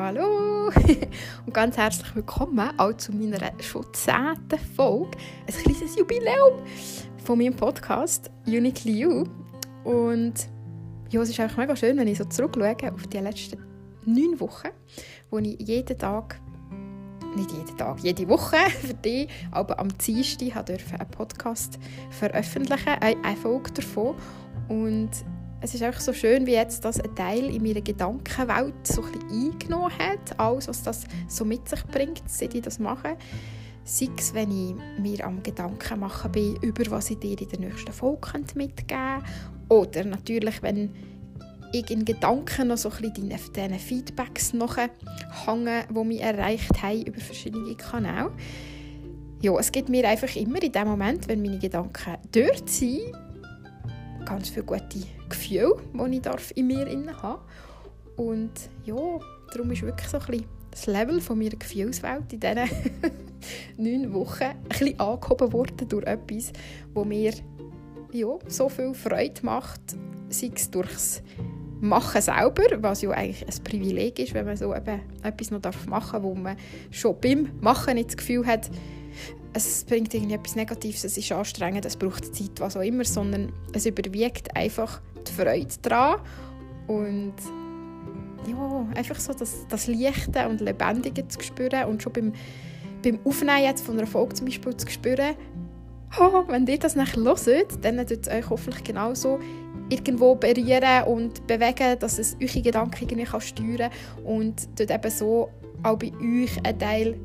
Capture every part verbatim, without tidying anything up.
hallo und ganz herzlich willkommen auch zu meiner schon zehnten Folge. Ein kleines Jubiläum von meinem Podcast Uniquely You. Und ja, es ist einfach mega schön, wenn ich so zurückschaue auf die letzten neun Wochen, wo ich jeden Tag, nicht jeden Tag, jede Woche für dich, aber am Dienstag durfte einen Podcast veröffentlichen, eine Folge davon. Und es ist einfach so schön, wie jetzt das ein Teil in meiner Gedankenwelt so ein bisschen eingenommen hat. Alles, was das so mit sich bringt, seit ich das mache. Sei es, wenn ich mir am Gedanken machen bin, über was ich dir in der nächsten Folge mitgeben könnte. Oder natürlich, wenn ich in Gedanken noch so ein bisschen diesen Feedbacks nachhänge, die mich erreicht haben über verschiedene Kanäle. Ja, es gibt mir einfach immer in dem Moment, wenn meine Gedanken dort sind, ganz viele gute Gefühle, die ich darf in mir inne habe. Und ja, darum ist wirklich so ein bisschen das Level von meiner Gefühlswelt in diesen neun Wochen ein bisschen angehoben worden durch etwas, das mir ja, so viel Freude macht, sei es durchs Machen selber, was ja eigentlich ein Privileg ist, wenn man so eben etwas noch machen darf, wo man schon beim Machen nicht das Gefühl hat, es bringt irgendwie etwas Negatives, es ist anstrengend, es braucht Zeit, was auch immer, sondern es überwiegt einfach die Freude daran und ja, einfach so das, das Leichte und Lebendige zu spüren und schon beim, beim Aufnehmen jetzt von einer Folge zum Beispiel zu spüren, oh, wenn ihr das nachher hört, dann tut es euch hoffentlich genauso irgendwo berühren und bewegen, dass es eure Gedanken irgendwie steuern kann und dort eben so auch bei euch einen Teil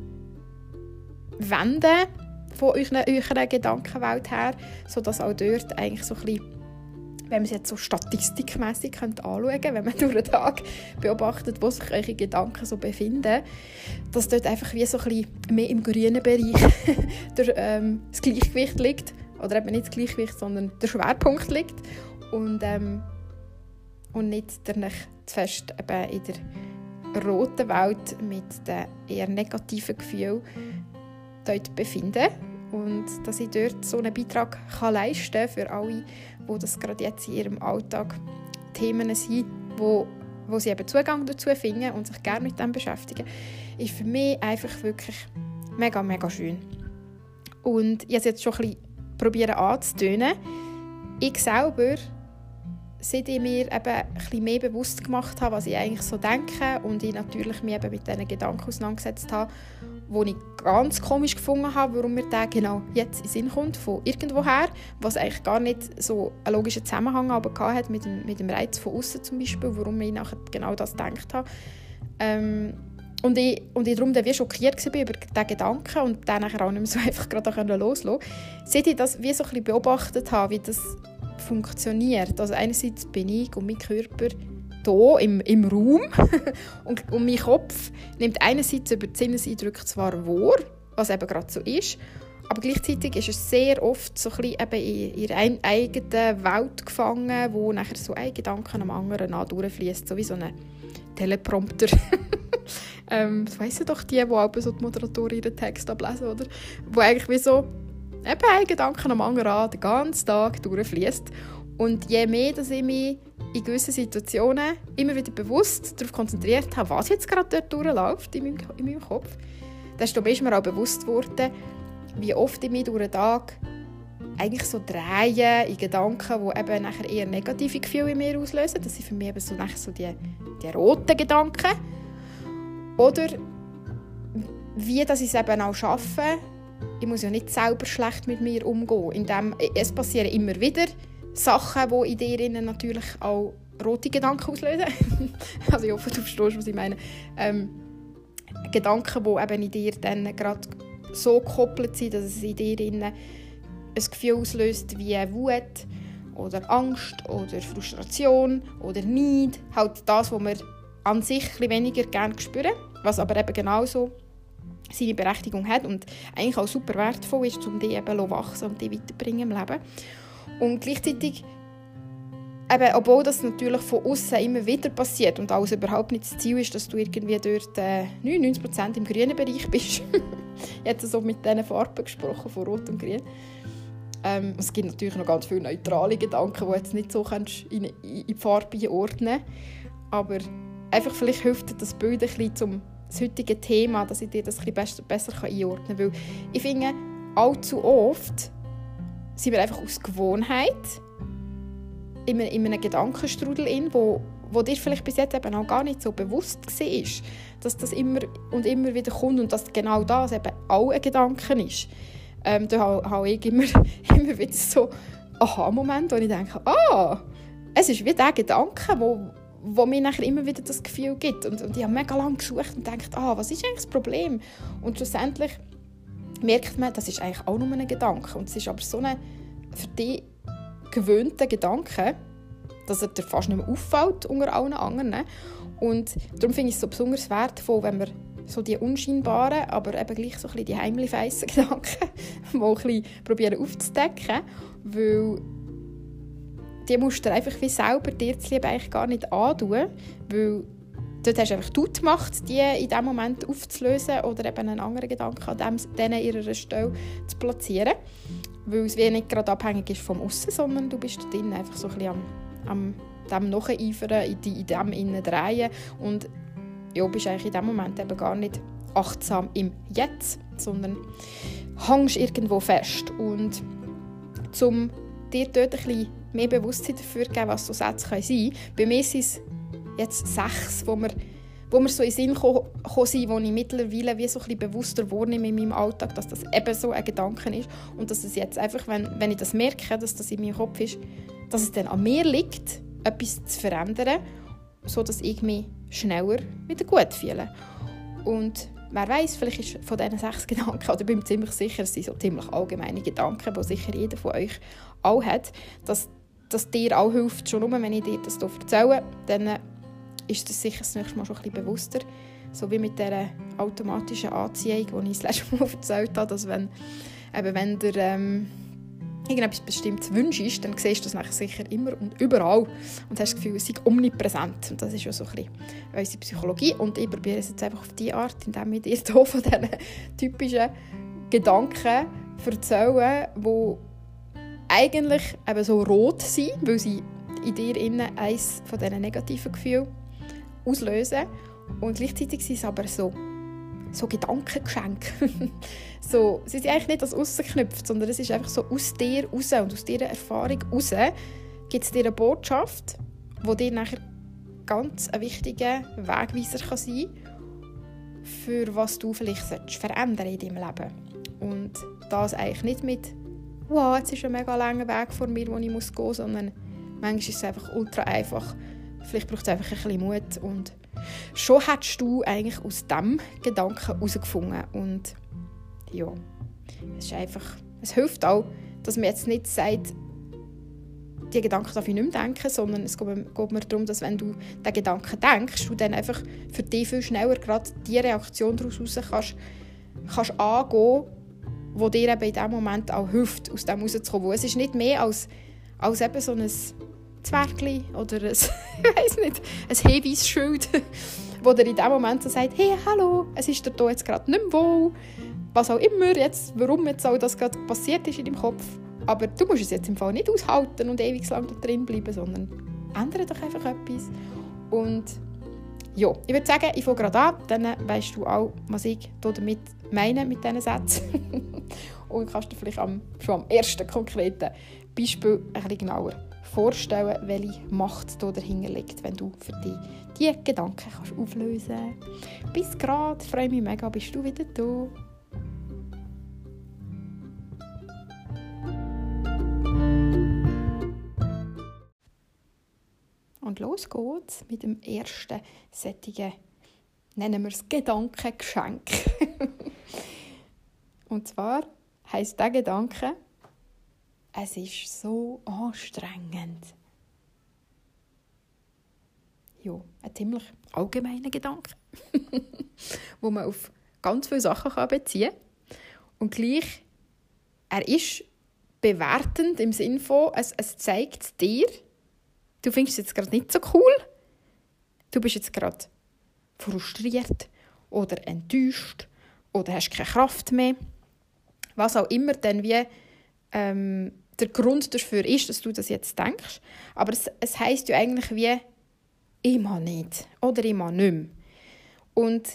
wenden von eurer, eurer Gedankenwelt her, sodass auch dort eigentlich so ein bisschen, wenn man es jetzt so statistikmässig anschauen könnte, wenn man durch den Tag beobachtet, wo sich eure Gedanken so befinden, dass dort einfach wie so ein bisschen mehr im grünen Bereich der, ähm, das Gleichgewicht liegt, oder eben nicht das Gleichgewicht, sondern der Schwerpunkt liegt und, ähm, und nicht der zu fest eben in der roten Welt mit den eher negativen Gefühlen dort befinden und dass ich dort so einen Beitrag kann leisten kann für alle, die das gerade jetzt in ihrem Alltag Themen sind, wo, wo sie eben Zugang dazu finden und sich gerne mit dem beschäftigen, ist für mich einfach wirklich mega, mega schön. Und ich habe es jetzt schon ein bisschen probieren anzutönen. Ich selber, seit ich mir eben ein bisschen mehr bewusst gemacht habe, was ich eigentlich so denke und ich natürlich mich eben mit diesen Gedanken auseinandergesetzt habe, wo ich ganz komisch gefunden habe, warum mir der genau jetzt in den Sinn kommt, von irgendwoher, was eigentlich gar nicht so einen logischen Zusammenhang aber hatte mit dem, mit dem Reiz von außen zum Beispiel, warum ich nachher genau das gedacht habe. Ähm, und ich, und ich darum dann wie schockiert war über diesen Gedanken und dann nachher auch nicht mehr so einfach gerade loslassen konnte. Seit ich das wie so ein bisschen beobachtet habe, wie das funktioniert. Also einerseits bin ich und mein Körper hier im, im Raum und, und mein Kopf nimmt einerseits über die Sinneseindrücke zwar wahr, was eben gerade so ist, aber gleichzeitig ist es sehr oft so ein bisschen eben in ihrer eigenen Welt gefangen, wo nachher so ein Gedanke am anderen durchfließt, so wie so ein Teleprompter. ähm, das weissen doch die, die auch so die Moderatoren ihren Text ablesen, oder? Wo eigentlich wie so eben ein Gedanke am anderen den ganzen Tag durchfließt. Und je mehr, dass ich mich in gewissen Situationen immer wieder bewusst darauf konzentriert habe, was jetzt gerade dort durchläuft in meinem, in meinem Kopf, desto mehr ist mir auch bewusst geworden, wie oft ich mich durch den Tag eigentlich so drehe in Gedanken, die eben nachher eher negative Gefühle in mir auslösen. Das sind für mich eben so, nachher so die, die roten Gedanken. Oder wie dass ich es eben auch schaffe, ich muss ja nicht selber schlecht mit mir umgehen. Indem, es passieren immer wieder Sachen, die in dir natürlich auch rote Gedanken auslösen. Also ich hoffe, du verstehst, was ich meine. Ähm, Gedanken, die eben in dir dann gerade so gekoppelt sind, dass es in dir ein Gefühl auslöst wie Wut oder Angst oder Frustration oder Neid. Halt das, was wir an sich ein bisschen weniger gerne spüren, was aber eben genauso seine Berechtigung hat und eigentlich auch super wertvoll ist, um die eben wachsen und die weiterbringen im Leben. Und gleichzeitig, eben, obwohl das natürlich von außen immer wieder passiert und alles überhaupt nicht das Ziel ist, dass du irgendwie dort äh, neunundneunzig Prozent im grünen Bereich bist. Jetzt so mit diesen Farben gesprochen, von Rot und Grün. Ähm, es gibt natürlich noch ganz viele neutrale Gedanken, die du jetzt nicht so kannst in, in die Farbe einordnen kannst. Aber einfach vielleicht hilft dir das Bild ein bisschen zum das heutige Thema, dass ich dir das ein bisschen besser, besser einordnen kann. Weil ich finde, allzu oft sind wir einfach aus Gewohnheit in einem, in einem Gedankenstrudel in, wo, wo dir vielleicht bis jetzt eben auch gar nicht so bewusst war, dass das immer und immer wieder kommt und dass genau das eben auch ein Gedanke ist. Ähm, da habe ich immer, immer wieder so Aha-Momente, wo ich denke, ah, es ist wie der Gedanke, wo wo mir nachher immer wieder das Gefühl gibt. Und, und ich habe mega lange gesucht und gedacht, ah, was ist eigentlich das Problem? Und schlussendlich merkt man, das ist eigentlich auch nur ein Gedanke. Und es ist aber so ein für dich gewöhnter Gedanke, dass er dir fast nicht mehr auffällt unter allen anderen. Und darum finde ich es so besonders wertvoll, wenn wir so die unscheinbaren, aber eben gleich so ein bisschen die heimlich weissen Gedanken mal ein bisschen probieren aufzudecken, weil die musst du einfach wie selber dir zu lieben eigentlich gar nicht antun, weil dort hast du einfach die Macht, die in diesem Moment aufzulösen oder eben einen anderen Gedanken an dem, denen ihrer Stelle zu platzieren, weil es wie nicht gerade abhängig ist vom Aussen, sondern du bist dort einfach so ein bisschen am, am dem nacheifern, in, die, in dem innen drehen und ja, bist eigentlich in diesem Moment eben gar nicht achtsam im Jetzt, sondern hängst irgendwo fest. Und zum dir dort ein bisschen mehr Bewusstsein dafür geben, was so Sätze sein können. Bei mir sind es jetzt sechs, wo mir, wo mir so in den Sinn gekommen sind, wo ich mittlerweile wie so ein bisschen bewusster wahrnehme in meinem Alltag, dass das eben so ein Gedanke ist und dass es jetzt einfach, wenn, wenn ich das merke, dass das in meinem Kopf ist, dass es dann an mir liegt, etwas zu verändern, sodass ich mich schneller wieder gut fühle. Und wer weiss, vielleicht ist von diesen sechs Gedanken, oder bin mir ziemlich sicher, es sind so ziemlich allgemeine Gedanken, die sicher jeder von euch auch hat, dass, dass dir auch hilft, schon nur, wenn ich dir das hier erzähle, dann ist das sicher das nächste Mal schon ein bisschen bewusster. So wie mit dieser automatischen Anziehung, die ich das letzte Mal erzählt habe, dass wenn, eben, wenn dir ähm, irgendetwas Bestimmtes wünschst, dann siehst du das nachher sicher immer und überall und hast das Gefühl, es sei omnipräsent. Und das ist ja so ein bisschen unsere Psychologie. Und ich probiere es jetzt einfach auf diese Art, indem ich dir hier von diesen typischen Gedanken erzähle, die eigentlich eben so rot sind, weil sie in dir innen eines von diesen negativen Gefühlen auslösen. Und gleichzeitig sind es aber so, so Gedankengeschenke. so, sie sind eigentlich nicht als Aussen geknüpft, sondern es ist einfach so aus dir raus und aus dieser Erfahrung raus gibt es dir eine Botschaft, die dir nachher ganz ein wichtiger Wegweiser kann sein kann, für was du vielleicht verändern in deinem Leben. Und das eigentlich nicht mit «Wow, jetzt ist ein mega langer Weg vor mir, wo ich gehen muss», sondern manchmal ist es einfach ultra einfach. Vielleicht braucht es einfach ein bisschen Mut und schon hättest du eigentlich aus diesem Gedanken herausgefunden. Und ja, es ist einfach, es hilft auch, dass man jetzt nicht sagt, die Gedanken darf ich nicht mehr denken, sondern es geht mir darum, dass wenn du diesen Gedanken denkst, du dann einfach für dich viel schneller gerade die Reaktion daraus raus kannst, kannst angehen, die dir eben in diesem Moment auch hilft, aus dem rauszukommen. Es ist nicht mehr als, als eben so ein Zwergli oder ein, ich weiss nicht, ein Hinweisschild, wo dir in diesem Moment so sagt, hey, hallo, es ist dir hier jetzt gerade nicht mehr wohl, was auch immer, jetzt, warum jetzt auch das gerade passiert ist in deinem Kopf. Aber du musst es jetzt im Fall nicht aushalten und ewig lang da drin bleiben, sondern ändere doch einfach etwas. Und ja, ich würde sagen, ich fange gerade an, dann weisst du auch, was ich damit meine mit diesen Sätzen. Und kannst dir vielleicht am, schon am ersten konkreten Beispiel ein bisschen genauer vorstellen, welche Macht da dahinter liegt, wenn du für dich diese Gedanken kannst auflösen kannst. Bis gerade, ich freue mich mega, bist du wieder da. Und los geht's mit dem ersten sättigen, nennen wir es Gedankengeschenk. Und zwar heisst der Gedanke, es ist so anstrengend. Ja, ein ziemlich allgemeiner Gedanke, wo man auf ganz viele Sachen beziehen kann. Und gleich, er ist bewertend im Sinne von, es, es zeigt dir, du findest es jetzt gerade nicht so cool, du bist jetzt gerade frustriert oder enttäuscht oder hast keine Kraft mehr. Was auch immer dann wie ähm, der Grund dafür ist, dass du das jetzt denkst. Aber es, es heisst ja eigentlich wie, immer nicht oder immer nicht mehr. Und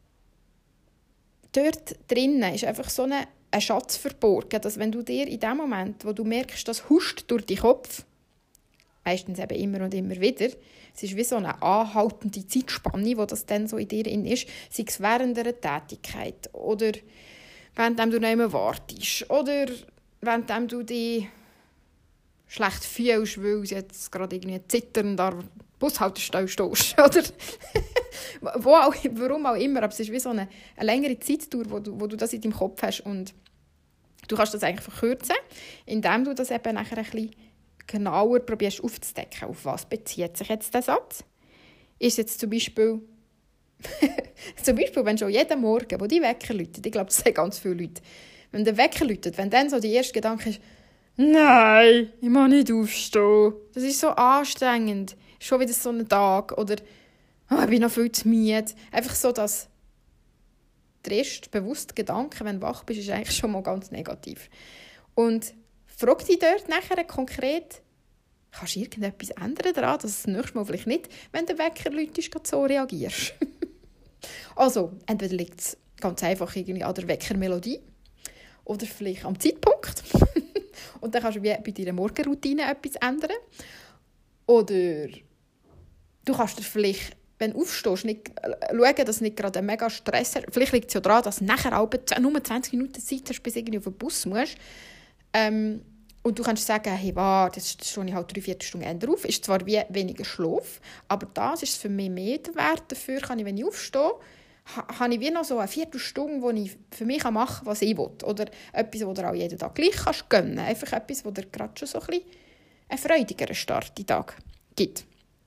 dort drinnen ist einfach so eine, ein Schatz verborgen, dass wenn du dir in dem Moment, wo du merkst, das huscht durch den Kopf, meistens eben immer und immer wieder, es ist wie so eine anhaltende Zeitspanne, wo das dann so in dir drin ist, sei es während einer Tätigkeit oder während du nicht mehr wartest oder während du dich schlecht fühlst, weil du jetzt gerade irgendwie zitternd an der Bushaltestelle stehst. Oder wo auch, warum auch immer, aber es ist wie so eine, eine längere Zeitdauer, wo du, wo du das in deinem Kopf hast und du kannst das eigentlich verkürzen, indem du das eben nachher ein bisschen genauer probierst aufzudecken. Auf was bezieht sich jetzt der Satz? Ist jetzt zum Beispiel, zum Beispiel, wenn schon jeden Morgen, wo die Wecker läutet, ich glaube, das sagen ganz viele Leute, wenn der Wecker läutet, wenn dann so der erste Gedanke ist, nein, ich muss nicht aufstehen, das ist so anstrengend, schon wieder so ein Tag, oder oh, ich bin noch viel zu müde. Einfach so, dass der erste bewusste Gedanke, wenn du wach bist, ist eigentlich schon mal ganz negativ. Und frag dich dort nachher konkret, kannst du irgendetwas ändern daran, dass du das nächste Mal vielleicht nicht, wenn der Wecker läutet, so reagierst. Also, entweder liegt es ganz einfach irgendwie an der Weckermelodie oder vielleicht am Zeitpunkt. Und dann kannst du wie bei deiner Morgenroutine etwas ändern. Oder du kannst dir vielleicht, wenn du aufstehst, nicht schauen, dass du nicht gerade einen mega Stress hast. Vielleicht liegt es ja daran, dass du nachher nur zwanzig Minuten Zeit hast, bis du irgendwie auf den Bus musst. Ähm, und du kannst sagen, hey, warte, jetzt stehe ich halt drei, vier Stunden eher auf. Ist zwar wie weniger Schlaf, aber das ist für mich mehr der Wert. Dafür kann ich, wenn ich aufstehe, ha, habe ich wie noch so eine Viertelstunde, wo ich für mich machen kann, was ich will. Oder etwas, das du auch jeden Tag gleich kannst gönnen. Einfach etwas, das dir gerade schon so ein bisschen einen freudigeren Start in den Tag gibt.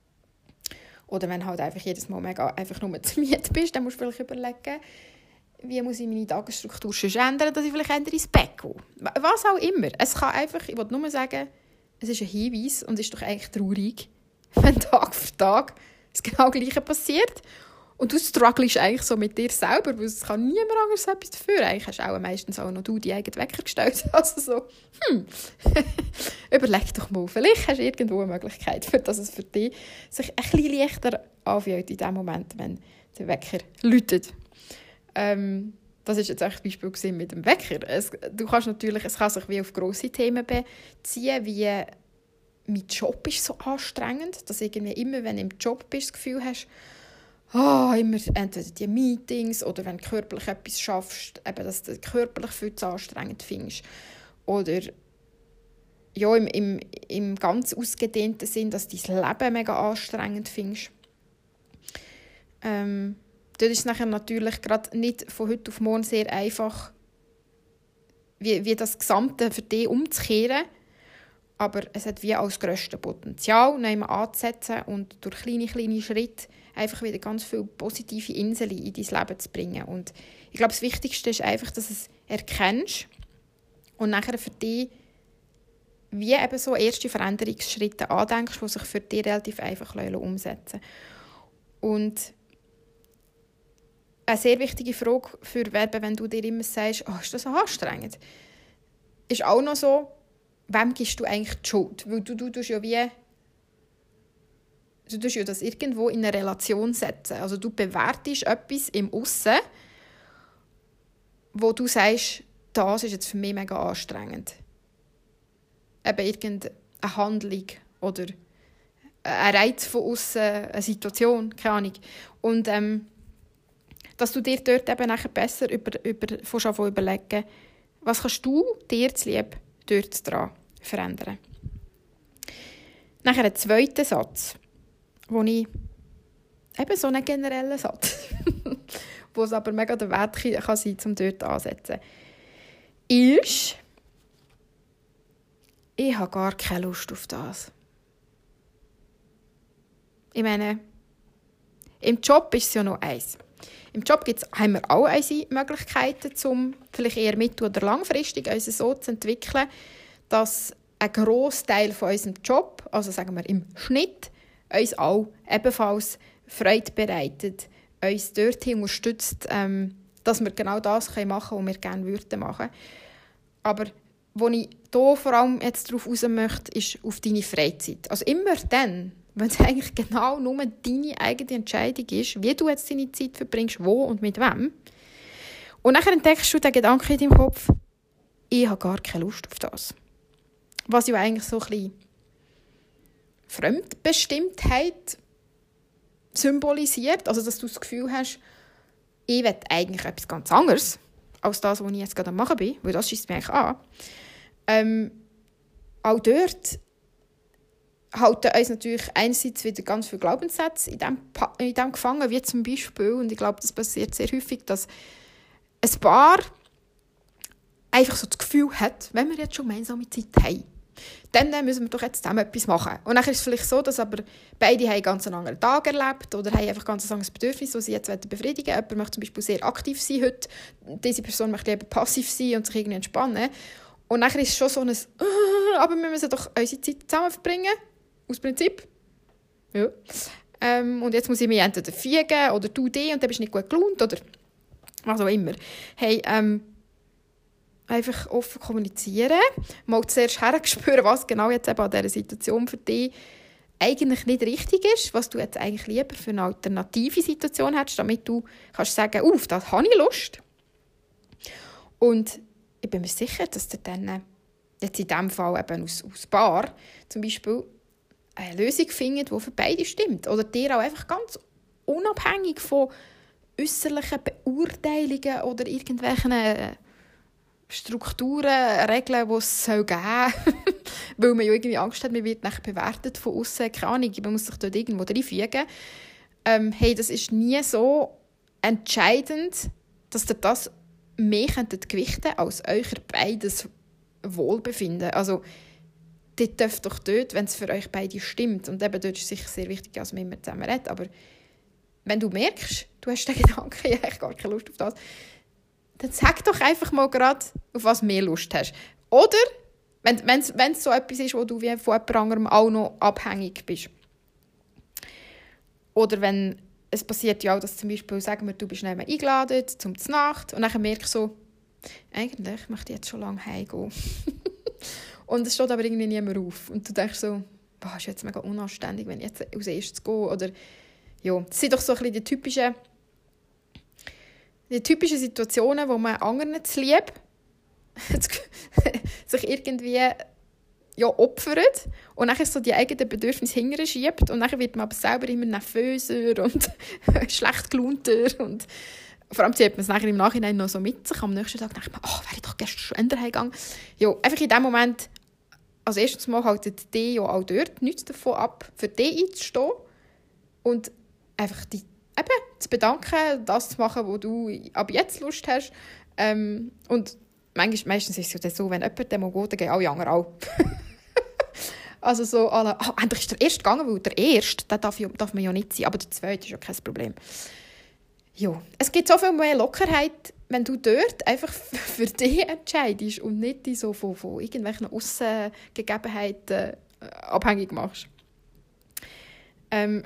Oder wenn du halt einfach jedes Mal mega einfach nur zu müde bist, dann musst du vielleicht überlegen, wie muss ich meine Tagesstruktur schon ändern, dass ich vielleicht ändere ins Bett gehe. Was auch immer. Es kann einfach, ich will nur sagen, es ist ein Hinweis und es ist doch eigentlich traurig, wenn Tag für Tag das genau Gleiche passiert und du strugglest eigentlich so mit dir selber, weil es kann niemand anderes etwas dafür. Eigentlich hast auch meistens auch noch du die eigenen Wecker gestellt. Also so, hm, überleg doch mal, vielleicht hast du irgendwo eine Möglichkeit, dass es für dich sich ein bisschen leichter anfühlt in dem Moment, wenn der Wecker läutet. Ähm, das war jetzt ein Beispiel mit dem Wecker. Es, du kannst natürlich, es kann sich wie auf grosse Themen beziehen, wie mein Job ist so anstrengend, dass irgendwie immer, wenn du im Job bist, das Gefühl hast, oh, immer entweder die Meetings oder wenn du körperlich etwas schaffst, eben, dass du körperlich viel zu anstrengend findest. Oder ja, im, im, im ganz ausgedehnten Sinn, dass du dein Leben mega anstrengend findest. Ähm, Dort ist es nachher natürlich gerade nicht von heute auf morgen sehr einfach, wie, wie das Gesamte für dich umzukehren. Aber es hat wie auch das grösste Potenzial, noch einmal anzusetzen und durch kleine, kleine Schritte einfach wieder ganz viele positive Inseln in dein Leben zu bringen. Und ich glaube, das Wichtigste ist einfach, dass du es erkennst und nachher für dich wie eben so erste Veränderungsschritte andenkst, die sich für dich relativ einfach umsetzen lassen. Und eine sehr wichtige Frage für Verben, wenn du dir immer sagst, oh, ist das anstrengend, ist auch noch so, wem gibst du eigentlich die Schuld? Weil du, du tust ja wie, du tust ja das irgendwo in eine Relation setzen. Also du bewertest etwas im Aussen, wo du sagst, das ist jetzt für mich mega anstrengend. Eben irgendeine Handlung oder ein Reiz von aussen, eine Situation, keine Ahnung. Und ähm, dass du dir dort eben nachher besser über, über, von überlegen, was kannst du dir zu lieb dort dran verändern. Nachher ein zweiter Satz, wo ich eben so einen generellen Satz, wo es aber mega der Wert kann sein, um dort anzusetzen, ist, ich habe gar keine Lust auf das. Ich meine, im Job ist es ja noch eins. Im Job gibt's, haben wir auch unsere Möglichkeiten, um vielleicht eher mittel- oder langfristig uns so zu entwickeln, dass ein Grossteil von unserem Job, also sagen wir im Schnitt, uns auch ebenfalls Freude bereitet, uns dorthin unterstützt, ähm, dass wir genau das machen können, was wir gerne würden machen. Aber wo ich hier vor allem jetzt darauf raus möchte, ist auf deine Freizeit. Also immer dann, Wenn es eigentlich genau nur deine eigene Entscheidung ist, wie du jetzt deine Zeit verbringst, wo und mit wem. Und dann entdeckst du den Gedanken in deinem Kopf, ich habe gar keine Lust auf das. Was ja eigentlich so ein bisschen Fremdbestimmtheit symbolisiert. Also, dass du das Gefühl hast, ich will eigentlich etwas ganz anderes als das, was ich jetzt gerade am Machen bin, weil das schießt mich eigentlich an. Ähm, auch dort halten uns natürlich einerseits wieder ganz viele Glaubenssätze in dem, in dem gefangen, wie zum Beispiel, und ich glaube, das passiert sehr häufig, dass ein Paar einfach so das Gefühl hat, wenn wir jetzt schon gemeinsame Zeit haben, dann müssen wir doch jetzt zusammen etwas machen. Und dann ist es vielleicht so, dass aber beide haben ganz einen anderen Tag erlebt oder haben einfach ganz ein anderes Bedürfnis, das sie jetzt befriedigen wollen. Jemand möchte zum Beispiel sehr aktiv sein heute, diese Person möchte eben passiv sein und sich irgendwie entspannen. Und dann ist es schon so ein «Aber wir müssen doch unsere Zeit zusammen verbringen», aus Prinzip. Ja. Ähm, und jetzt muss ich mich entweder fügen oder du dich und dann bist du nicht gut gelaunt oder was auch immer. Hey, ähm, einfach offen kommunizieren, mal zuerst herspüren, was genau jetzt eben an dieser Situation für dich eigentlich nicht richtig ist, was du jetzt eigentlich lieber für eine alternative Situation hättest, damit du kannst sagen, auf das habe ich Lust. Und ich bin mir sicher, dass du dann jetzt in diesem Fall eben aus, aus Paar zum Beispiel eine Lösung findet, die für beide stimmt. Oder dir auch einfach ganz unabhängig von äußerlichen Beurteilungen oder irgendwelchen Strukturen, Regeln, die es geben soll, weil man ja irgendwie Angst hat, man wird nicht bewertet von außen, keine Ahnung, man muss sich dort irgendwo reinfügen. Ähm, hey, das ist nie so entscheidend, dass ihr das mehr gewichten als euer beides Wohlbefinden. Also, ihr dürft doch dort, wenn es für euch beide stimmt, und eben dort ist es sicher sehr wichtig, dass man immer zusammen redet, aber wenn du merkst, du hast den Gedanken, ich habe gar keine Lust auf das, dann sag doch einfach mal gerade, auf was du mehr Lust hast. Oder, wenn es so etwas ist, wo du wie von jemand anderem auch noch abhängig bist. Oder wenn, es passiert ja auch, dass zum Beispiel, sagen wir, du bist nicht mehr eingeladen zum Znacht und dann merkst du so, eigentlich möchte ich jetzt schon lange heimgehen. Und es steht aber irgendwie niemand auf. Und du denkst so, boah, ist jetzt mega unanständig, wenn ich jetzt als erstes gehe. Oder, ja, das sind doch so ein bisschen die typischen Die typischen Situationen, wo man anderen zu lieb sich irgendwie ja, opfert und dann so die eigenen Bedürfnisse hinterher schiebt und dann wird man aber selber immer nervöser und schlecht gelaunter und vor allem zieht man es nachher im Nachhinein noch so mit sich. Am nächsten Tag denkt man, ach, wäre ich doch gestern schon eher heimgegangen. Ja, einfach in dem Moment, als erstes Mal haltet die ja auch dort nichts davon ab, für die einzustehen und einfach die eben zu bedanken, das zu machen, wo du ab jetzt Lust hast. Ähm, und manchmal, meistens ist es ja so, wenn jemand dem geht, dann gehen alle anderen auch. Also so alle, oh, endlich ist der Erste gegangen, weil der Erste, der darf, darf man ja nicht sein, aber der Zweite ist ja kein Problem. Ja, es gibt so viel mehr Lockerheit, wenn du dort einfach für dich entscheidest und nicht die so von, von irgendwelchen Aussengegebenheiten äh, abhängig machst. Ähm...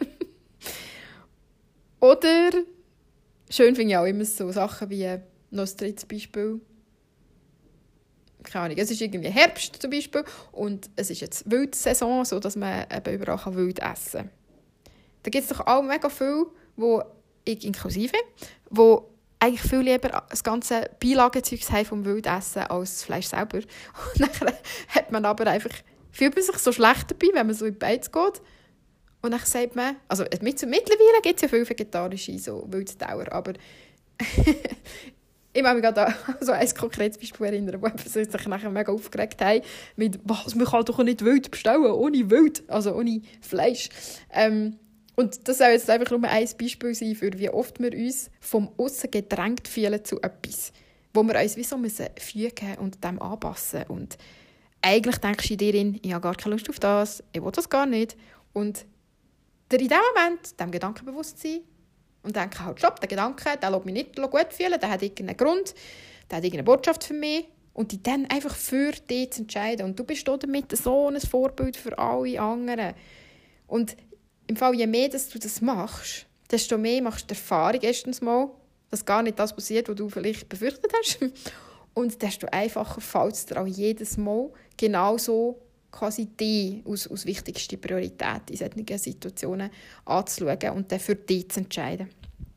Oder, schön finde ich auch immer so Sachen wie, noch ein drittes Beispiel, keine Ahnung, es ist irgendwie Herbst zum Beispiel und es ist jetzt Wildsaison, so dass man eben überall Wild essen kann. Da gibt es doch auch mega viel, wo ich inklusive, wo eigentlich viel lieber das ganze Beilagenzeug haben vom Wildessen als das Fleisch selber. Und dann hat man aber einfach, fühlt man sich so schlecht dabei, wenn man so in die Beiz geht. Und dann sagt man, also mittlerweile gibt es ja viele vegetarische so Wilddauer, aber ich kann mich gerade an so ein konkretes Beispiel erinnern, wo sie sich nachher mega aufgeregt haben mit, was, man kann doch nicht Wild bestellen, ohne Wild, also ohne Fleisch. Ähm, und das soll jetzt einfach nur ein Beispiel sein, für wie oft wir uns vom Aussen gedrängt fühlen zu etwas, wo wir uns wie so müssen fügen und dem anpassen. Und eigentlich denkst du in dir, ich habe gar keine Lust auf das, ich will das gar nicht. Und in dem Moment, dem Gedanken bewusst sein und denken, halt, stopp, der Gedanke, der lässt mich nicht gut fühlen, der hat irgendeinen Grund, der hat irgendeine Botschaft für mich und die dann einfach für dich zu entscheiden. Und du bist damit so ein Vorbild für alle anderen. Und im Fall, je mehr dass du das machst, desto mehr machst du die Erfahrung erstens mal, dass gar nicht das passiert, was du vielleicht befürchtet hast. Und desto einfacher fällt es dir auch jedes Mal genau so quasi die als, als wichtigste Priorität in solchen Situationen anzuschauen und dann für die zu entscheiden.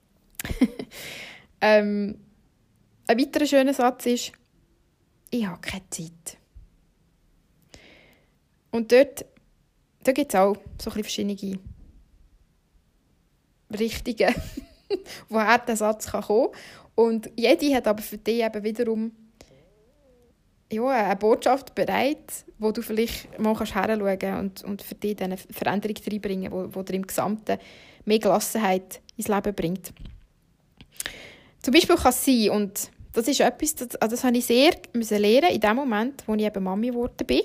ähm, ein weiterer schöner Satz ist, ich habe keine Zeit. Und dort, dort gibt es auch so ein bisschen verschiedene Richtungen, woher der Satz kann kommen kann. Und jede hat aber für dich eben wiederum ja, eine Botschaft bereit, wo du vielleicht mal hinschauen kannst und, und für dich eine Veränderung reinbringen, wo, wo dir im Gesamten mehr Gelassenheit ins Leben bringt. Zum Beispiel kann es sein, und das ist etwas, das, also das habe ich sehr müssen lernen in dem Moment, wo ich eben Mami geworden bin.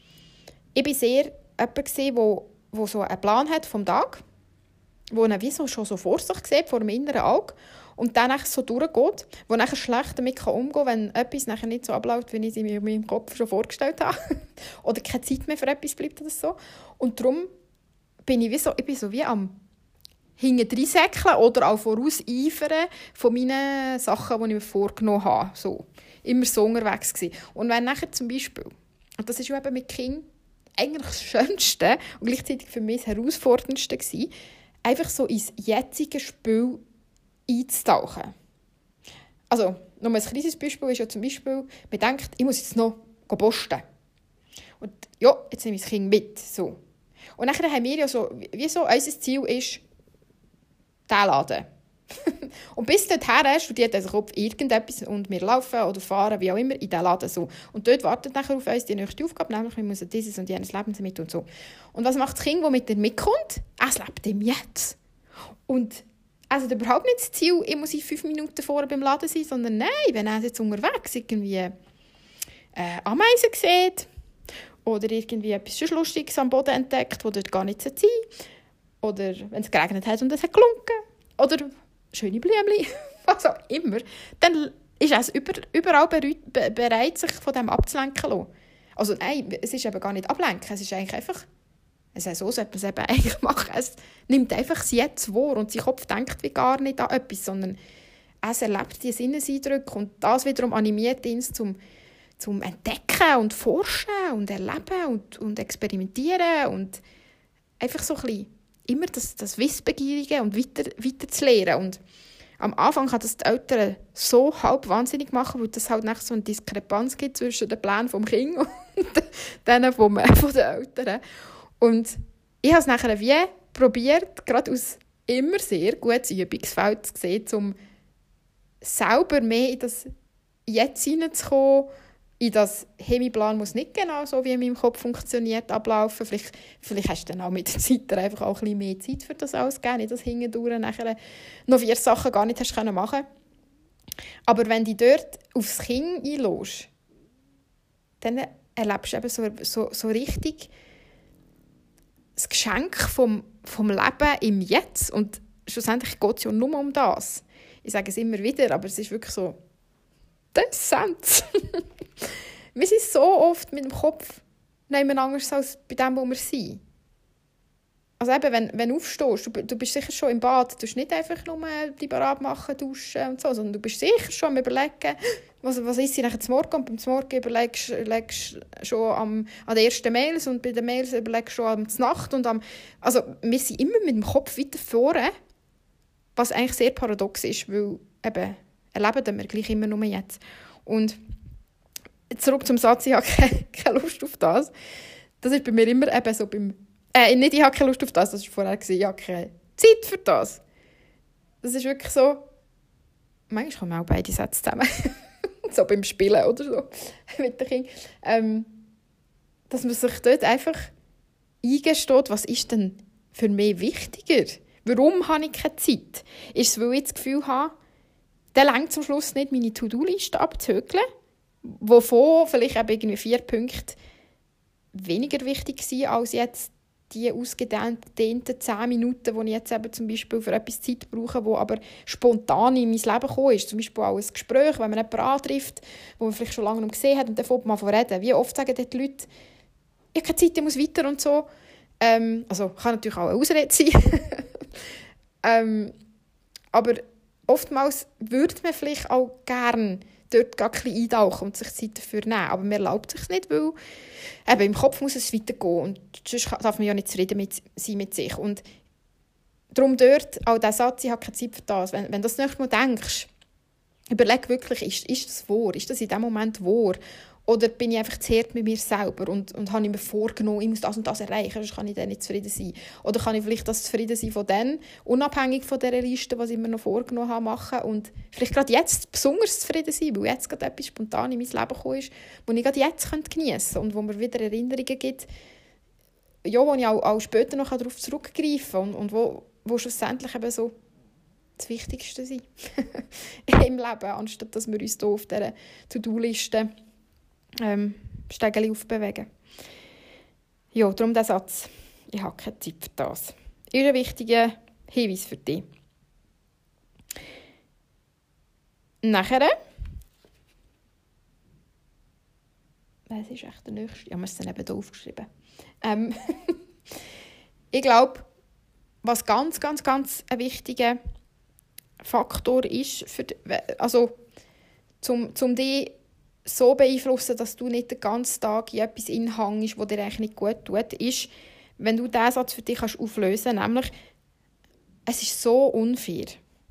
Ich war sehr jemand, der, der so einen Plan hat vom Tag, wo er wie so schon so vor sich sieht, vor dem inneren Auge, und dann so durchgeht, wo nachher schlecht damit umgehen kann, wenn etwas nachher nicht so abläuft, wie ich es mir in meinem Kopf schon vorgestellt habe. Oder keine Zeit mehr für etwas bleibt oder so. Und darum bin ich wie so, ich bin so wie am hinten reinsäckeln oder auch vorauseifern von meinen Sachen, die ich mir vorgenommen habe. So. Immer so unterwegs gewesen. Und wenn nachher zum Beispiel, und das ist eben mit Kindern eigentlich das Schönste und gleichzeitig für mich das Herausforderndste gewesen, einfach so ins jetzige Spiel einzutauchen. Also, noch ein kleines Beispiel ist ja zum Beispiel, man denkt, ich muss jetzt noch posten. Und ja, jetzt nehme ich das Kind mit. So. Und dann haben wir ja so, wie so, unser Ziel ist, diesen Laden. Und bis dorthin studiert unser Kopf irgendetwas und wir laufen oder fahren, wie auch immer, in diesen Laden. So. Und dort wartet nachher auf uns die nächste Aufgabe, nämlich wir müssen dieses und jenes Leben mit und so. Und was macht das Kind, das mit dir mitkommt? Es lebt im Jetzt. Und also überhaupt nicht das Ziel, ich muss in fünf Minuten vorher beim Laden sein, sondern nein, wenn er jetzt unterwegs irgendwie äh, Ameisen sieht oder irgendwie etwas Lustiges am Boden entdeckt, das dort gar nicht sein sollte, oder wenn es geregnet hat und es hat gelunken, oder schöne Blümchen, was auch immer, dann ist es über, überall bereit, bereit, sich von dem abzulenken zu lassen. Also nein, es ist eben gar nicht ablenken, es ist eigentlich einfach, also so sollte man es eben eigentlich machen. Es nimmt einfach das Jetzt wahr und sein Kopf denkt wie gar nicht an etwas, sondern es erlebt die Sinneseindrücke und das wiederum animiert ihn zum, zum Entdecken und Forschen und Erleben und, und Experimentieren und einfach so ein bisschen immer das, das Wissbegierige und weiter, weiter zu lernen. Und am Anfang kann das die Eltern so halb wahnsinnig machen, weil es halt nicht so eine Diskrepanz gibt zwischen den Plänen des Kindes und denen von den Eltern. Und ich habe es nachher wie probiert, gerade aus immer sehr gutes Übungsfeld zu sehen, um selber mehr in das Jetzt hineinzukommen, in das Hemiplan muss nicht genau so, wie in meinem Kopf funktioniert, ablaufen. Vielleicht, vielleicht hast du dann auch mit der Zeit einfach auch ein bisschen mehr Zeit für das ausgeben, nicht das Hingedauern nachher noch vier Sachen gar nicht hast können machen. Aber wenn du dort aufs Kind einlässt, dann erlebst du eben so, so, so richtig das Geschenk vom, vom Leben im Jetzt. Und schlussendlich geht es ja nur um das. Ich sage es immer wieder, aber es ist wirklich so die Essenz. Wir sind so oft mit dem Kopf nehmen anders als bei dem, wo wir sind. Also eben, wenn, wenn du aufstehst, du, du bist sicher schon im Bad, du tust nicht einfach nur die bereit machen, duschen und so, sondern du bist sicher schon am Überlegen, was, was ist sie nachher zum Morgen, und beim Morgen überlegst du schon am, an den ersten Mails und bei den Mails überlegst du schon am Nacht und am, also wir sind immer mit dem Kopf weiter vorne, was eigentlich sehr paradox ist, weil eben erleben wir gleich immer nur jetzt. Und zurück zum Satz, ich habe keine, keine Lust auf das. Das ist bei mir immer eben so beim Äh, nicht, ich habe keine Lust auf das, das war vorher, ich habe keine Zeit für das. Das ist wirklich so, manchmal kommen auch beide Sätze zusammen, so beim Spielen oder so, mit den Kindern, ähm, dass man sich dort einfach eingesteht, was ist denn für mich wichtiger? Warum habe ich keine Zeit? Ist es, weil ich das Gefühl habe, dann reicht zum Schluss nicht, meine To-Do-Liste abzuhökeln, wovon vielleicht eben irgendwie vier Punkte weniger wichtig sind als jetzt die ausgedehnten zehn Minuten, die ich jetzt eben zum Beispiel für etwas Zeit brauche, die aber spontan in mein Leben gekommen ist. Zum Beispiel auch ein Gespräch, wenn man jemanden antrifft, wo man vielleicht schon lange noch gesehen hat und dann fängt man an zu reden. Wie oft sagen die Leute, ich habe keine Zeit, ich muss weiter und so. Ähm, also kann natürlich auch eine Ausrede sein. ähm, aber oftmals würde man vielleicht auch gerne dort gar ein bisschen eintauchen und sich Zeit dafür nehmen. Aber man erlaubt sich nicht, weil eben, im Kopf muss es weitergehen und sonst darf man ja nicht zufrieden mit, sein mit sich. Und darum dort auch der Satz, ich habe keine Zeit für das. Wenn, wenn du das nächste Mal denkst, überleg wirklich, ist, ist das wahr? Ist das in dem Moment wahr? Oder bin ich einfach zu hart mit mir selber und, und habe ich mir vorgenommen, ich muss das und das erreichen, sonst kann ich dann nicht zufrieden sein. Oder kann ich vielleicht das zufrieden sein von denen, unabhängig von dieser Liste, was ich mir noch vorgenommen habe, machen und vielleicht gerade jetzt besonders zufrieden sein, weil jetzt gerade etwas spontan in mein Leben gekommen ist, das ich gerade jetzt geniessen könnte und wo mir wieder Erinnerungen gibt, ja, wo ich auch, auch später noch darauf zurückgreifen kann und, und wo, wo schlussendlich eben so das Wichtigste sind im Leben, anstatt dass wir uns hier auf dieser To-Do-Liste ähm, Stegeli aufbewegen. Ja, darum der Satz. Ich habe keine Zeit für das. Ist ein wichtiger Hinweis für dich. Nachher. Was ist echt der nächste? Ich habe es dann eben hier aufgeschrieben. Ähm, ich glaube, was ganz, ganz, ganz ein wichtiger Faktor ist, für die, also zum, zum dich so beeinflussen, dass du nicht den ganzen Tag in etwas hinhängst, was dir eigentlich nicht gut tut, ist, wenn du diesen Satz für dich kannst auflösen kannst, nämlich, es ist so unfair.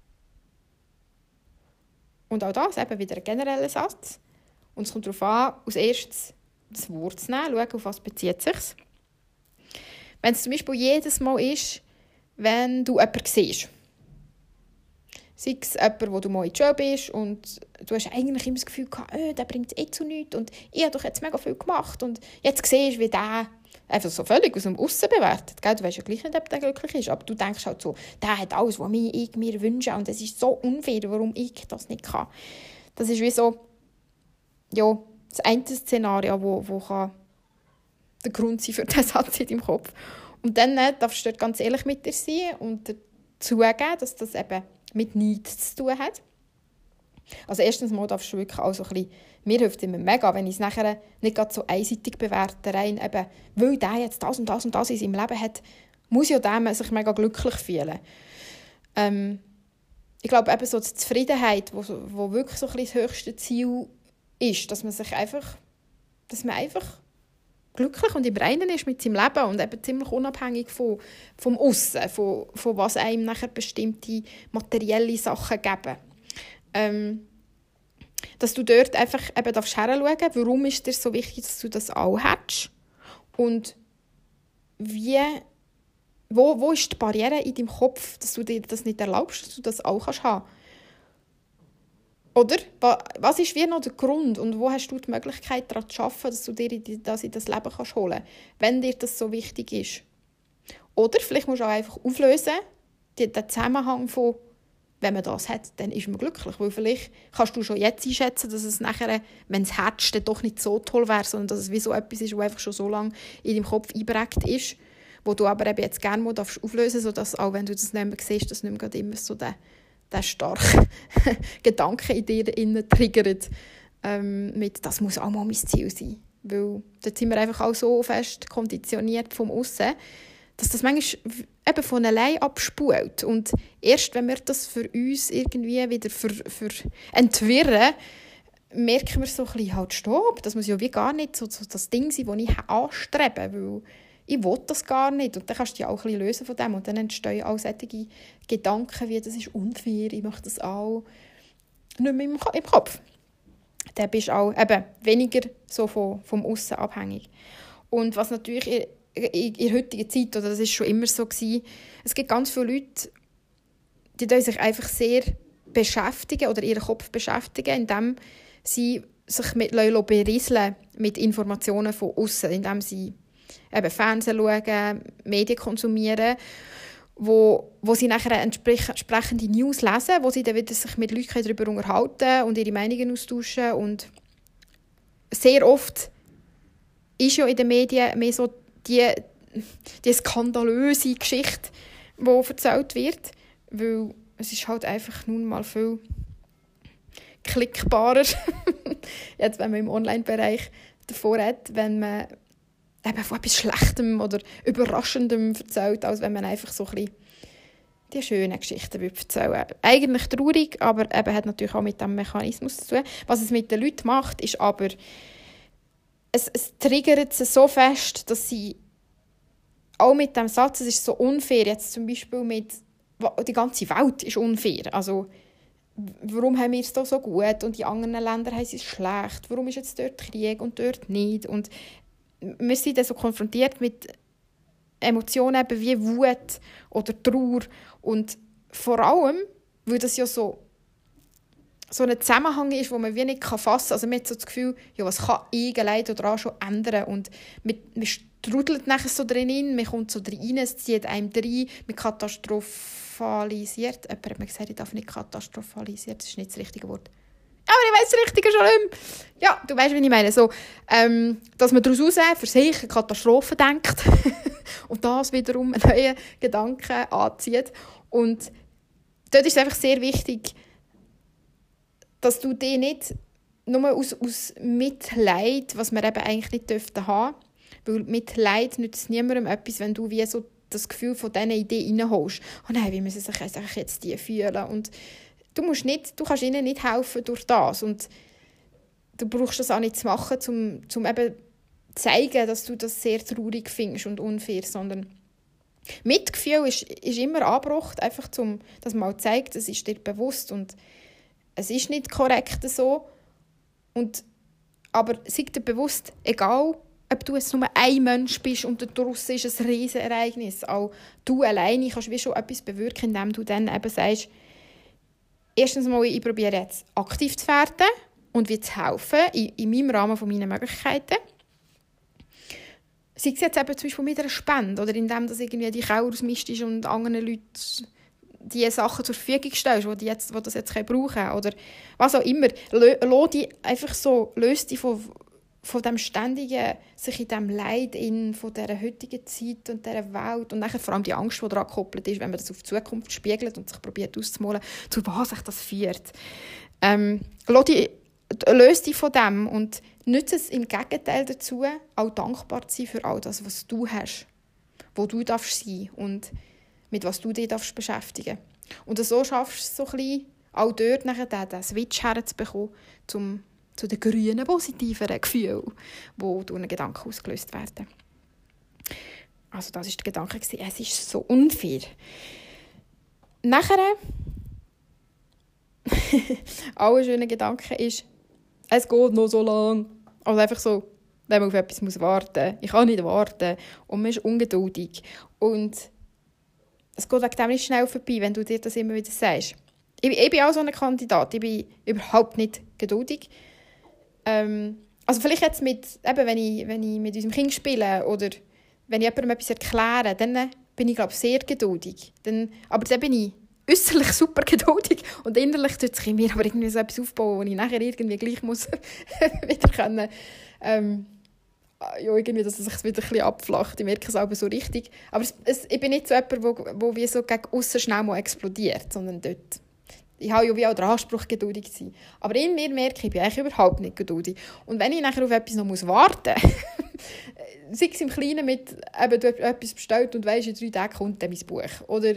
Und auch das eben wieder ein genereller Satz. Und es kommt darauf an, als erstes das Wort zu nehmen, schauen, auf was bezieht es sich. Wenn es zum Beispiel jedes Mal ist, wenn du jemanden siehst, sei es jemand, wo du mal in der Schule bist und du hast eigentlich immer das Gefühl gehabt, oh, der bringt es eh zu nichts und ich habe doch jetzt mega viel gemacht und jetzt siehst du, wie der einfach so völlig aus dem Aussen bewertet. Gell? Du weißt ja gleich nicht, ob der glücklich ist, aber du denkst halt so, der hat alles, was ich mir wünsche und es ist so unfair, warum ich das nicht kann. Das ist wie so, ja, das eine Szenario, wo, wo kann der Grund sein für diesen Satz in deinem Kopf. Und dann äh, darfst du dort ganz ehrlich mit dir sein und zugeben, dass das eben mit nichts zu tun hat. Also erstens mal darfst du wirklich auch so ein bisschen, mir hilft immer mega, wenn ich es nachher nicht gerade so einseitig bewerte, rein eben, weil der jetzt das und das und das in seinem Leben hat, muss ja der sich mega glücklich fühlen. Ähm, ich glaube eben so die Zufriedenheit, wo, wo wirklich so ein bisschen das höchste Ziel ist, dass man sich einfach, dass man einfach glücklich und im Reinen ist mit seinem Leben und eben ziemlich unabhängig von, vom Aussen, von, von was einem nachher bestimmte materielle Sachen geben. Ähm, dass du dort einfach eben darfst hinschauen, warum ist dir so wichtig, dass du das auch hast und wie, wo, wo ist die Barriere in deinem Kopf, dass du dir das nicht erlaubst, dass du das auch kannst haben. Oder? Was ist wie noch der Grund und wo hast du die Möglichkeit, daran zu arbeiten, dass du dir das in das Leben kannst holen kannst, wenn dir das so wichtig ist? Oder vielleicht musst du auch einfach auflösen, den Zusammenhang von, wenn man das hat, dann ist man glücklich. Weil vielleicht kannst du schon jetzt einschätzen, dass es nachher, wenn das Herz dann doch nicht so toll wäre, sondern dass es wie so etwas ist, was einfach schon so lange in deinem Kopf eingeprägt ist, wo du aber eben jetzt gerne mal auflösen darfst, sodass auch wenn du das nicht mehr siehst, dass nicht mehr immer so der der starke Gedanke in dir innen triggert, ähm, mit, das muss auch mal mein Ziel sein. Weil dort sind wir einfach auch so fest konditioniert vom Aussen, dass das manchmal eben von allein abspult. Und erst wenn wir das für uns irgendwie wieder für, für entwirren, merken wir so ein bisschen, halt, stopp, das muss ja wie gar nicht so, so das Ding sein, das ich anstrebe, weil ich will das gar nicht. Und dann kannst du dich auch ein bisschen lösen von dem. Und dann entstehen auch solche Gedanken wie, das ist unfair, ich mache das auch nicht mehr im Kopf. Dann bist du auch eben weniger so vom, vom Aussen abhängig. Und was natürlich in, in, in der heutigen Zeit, oder das war schon immer so gewesen, es gibt ganz viele Leute, die sich einfach sehr beschäftigen oder ihren Kopf beschäftigen, indem sie sich mit berieseln mit Informationen von außen, indem sie eben Fernsehen schauen, Medien konsumieren, wo, wo sie nachher entsprechende News lesen, wo sie dann wieder sich mit Leuten darüber unterhalten und ihre Meinungen austauschen. Und sehr oft ist ja in den Medien mehr so die, die skandalöse Geschichte, die erzählt wird, weil es ist halt einfach nun mal viel klickbarer, jetzt wenn man im Online-Bereich davor hat, wenn man eben von etwas Schlechtem oder Überraschendem erzählt, als wenn man einfach so ein bisschen die schönen Geschichten erzählen. Eigentlich traurig, aber eben hat natürlich auch mit diesem Mechanismus zu tun. Was es mit den Leuten macht, ist aber, es, es triggert sie so fest, dass sie auch mit dem Satz, es ist so unfair, jetzt zum Beispiel mit, die ganze Welt ist unfair. Also, warum haben wir es da so gut und die anderen Länder haben es schlecht? Warum ist jetzt dort Krieg und dort nicht? Und wir sind dann so konfrontiert mit Emotionen eben wie Wut oder Trauer. Und vor allem, weil das ja so, so ein Zusammenhang ist, den man wie nicht fassen kann. Also man hat so das Gefühl, ja, was kann ich allein daran schon ändern? Und man, man strudelt nachher so drin, man kommt so rein, es zieht einem rein, man katastrophalisiert. Jemand hat mir gesagt, ich darf nicht katastrophalisiert, das ist nicht das richtige Wort. Aber ich weiss das Richtige schon nicht mehr. Ja, du weißt, wie ich meine. So, ähm, dass man daraus für sich eine Katastrophe denkt und das wiederum einen neuen Gedanken anzieht. Und dort ist es einfach sehr wichtig, dass du dich nicht nur aus, aus Mitleid, was wir eben eigentlich nicht dürften haben, weil Mitleid nützt niemandem etwas, wenn du wie so das Gefühl von dieser Idee reinholst. Oh nein, wie müssen sich jetzt die fühlen? Und du, musst nicht, du kannst ihnen nicht helfen durch das. Und du brauchst das auch nicht zu machen, um, um eben zu zeigen, dass du das sehr traurig findest und unfair, sondern Mitgefühl ist, ist immer angebracht, einfach zum, dass man auch zeigt, es ist dir bewusst und es ist nicht korrekt so. Und, aber sei dir bewusst, egal, ob du jetzt nur ein Mensch bist und daraus ist ein Riesenereignis, auch du alleine kannst wie schon etwas bewirken, indem du dann eben sagst, erstens mal, ich probiere jetzt aktiv zu werden und wie zu helfen, in, in meinem Rahmen von meinen Möglichkeiten. Sei es jetzt eben zum Beispiel mit einer Spende oder indem du irgendwie die Keller ausmistest und anderen Leuten die Sachen zur Verfügung stellst, die, jetzt, die das jetzt brauchen können. Oder was auch immer. Lass dich einfach so, löst dich von, von dem ständigen, sich in diesem Leid in, von dieser heutigen Zeit und dieser Welt und nachher vor allem die Angst, die daran gekoppelt ist, wenn man das auf die Zukunft spiegelt und sich probiert auszumalen, zu was sich das führt. Ähm, lass dich, löst dich von dem und nütze es im Gegenteil dazu, auch dankbar zu sein für all das, was du hast, wo du darfst sein und mit was du dich darfst beschäftigen. Und so schaffst du es so ein bisschen, auch dort nachher den, den Switch herzubekommen, zum, zu den grünen, positiveren Gefühlen, die durch einen Gedanken ausgelöst werden. Also das war der Gedanke, es ist so unfair. Nachher, auch ein schöner Gedanke ist, es geht noch so lange. Also einfach so, wenn man auf etwas muss warten muss. Ich kann nicht warten. Und man ist ungeduldig. Und es geht wegen dem nicht schnell vorbei, wenn du dir das immer wieder sagst. Ich, ich bin auch so ein Kandidat. Ich bin überhaupt nicht geduldig. Ähm, also vielleicht jetzt mit, eben, wenn, ich, wenn ich mit unserem Kind spiele oder wenn ich jemandem etwas erkläre, dann bin ich, glaube ich, sehr geduldig. Dann, aber dann bin ich äußerlich super geduldig und innerlich tut sich in mir aber irgendwie so etwas aufbauen, wo ich nachher irgendwie gleich muss wieder können, ähm, ja, irgendwie, dass es sich wieder ein bisschen abflacht. Ich merke es aber so richtig. Aber es, es, ich bin nicht so jemand, wo, wo wie so gegen aussen schnell mal explodiert, sondern dort. Ich habe ja wie auch den Anspruch, geduldig zu sein. Aber in mir merke ich, ich bin eigentlich überhaupt nicht geduldig. Und wenn ich nachher auf etwas noch muss warten muss, sei es im Kleinen mit, eben, du hast etwas bestellt und weisst, in drei Tagen kommt dann mein Buch. Oder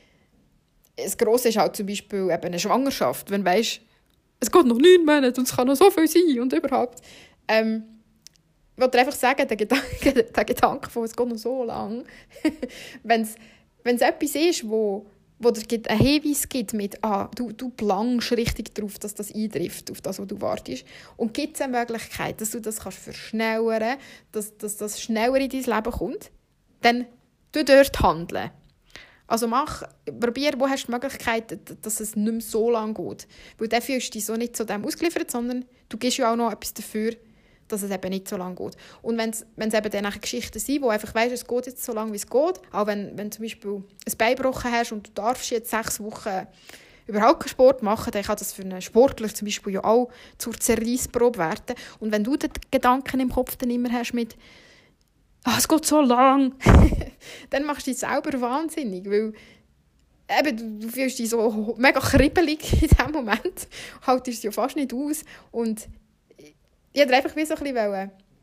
das Grosse ist halt zum Beispiel eben eine Schwangerschaft. Wenn du weisst, es geht noch neun Monate und es kann noch so viel sein und überhaupt. Ähm, ich wollte einfach sagen, der Gedanke, der Gedanke von, es geht noch so lang, wenn es etwas ist, wo, wo dir einen Hinweis gibt mit, ah, du, du planst richtig darauf, dass das eintrifft, auf das, was du wartest. Und gibt es eine Möglichkeit, dass du das kannst verschnellern, dass, dass das schneller in dein Leben kommt, dann du dort handeln. Also mach, probier, wo hast du die Möglichkeit, dass es nicht mehr so lange geht. Weil dann fühlst du dich so nicht zu dem ausgeliefert, sondern du gibst ja auch noch etwas dafür, dass es eben nicht so lange geht. Und wenn es eben dann Geschichten sind, wo einfach weisst, es geht jetzt so lange, wie es geht, auch wenn, wenn du zum Beispiel ein Bein gebrochen hast und du darfst jetzt sechs Wochen überhaupt keinen Sport machen, dann kann das für einen Sportler zum Beispiel ja auch zur Zerreissprobe werden. Und wenn du den Gedanken im Kopf dann immer hast mit «Ah, es geht so lang», dann machst du dich selber wahnsinnig, weil eben, du, du fühlst dich so mega kribbelig in diesem Moment, haltest es ja fast nicht aus und ich wollte einfach wie so ein bisschen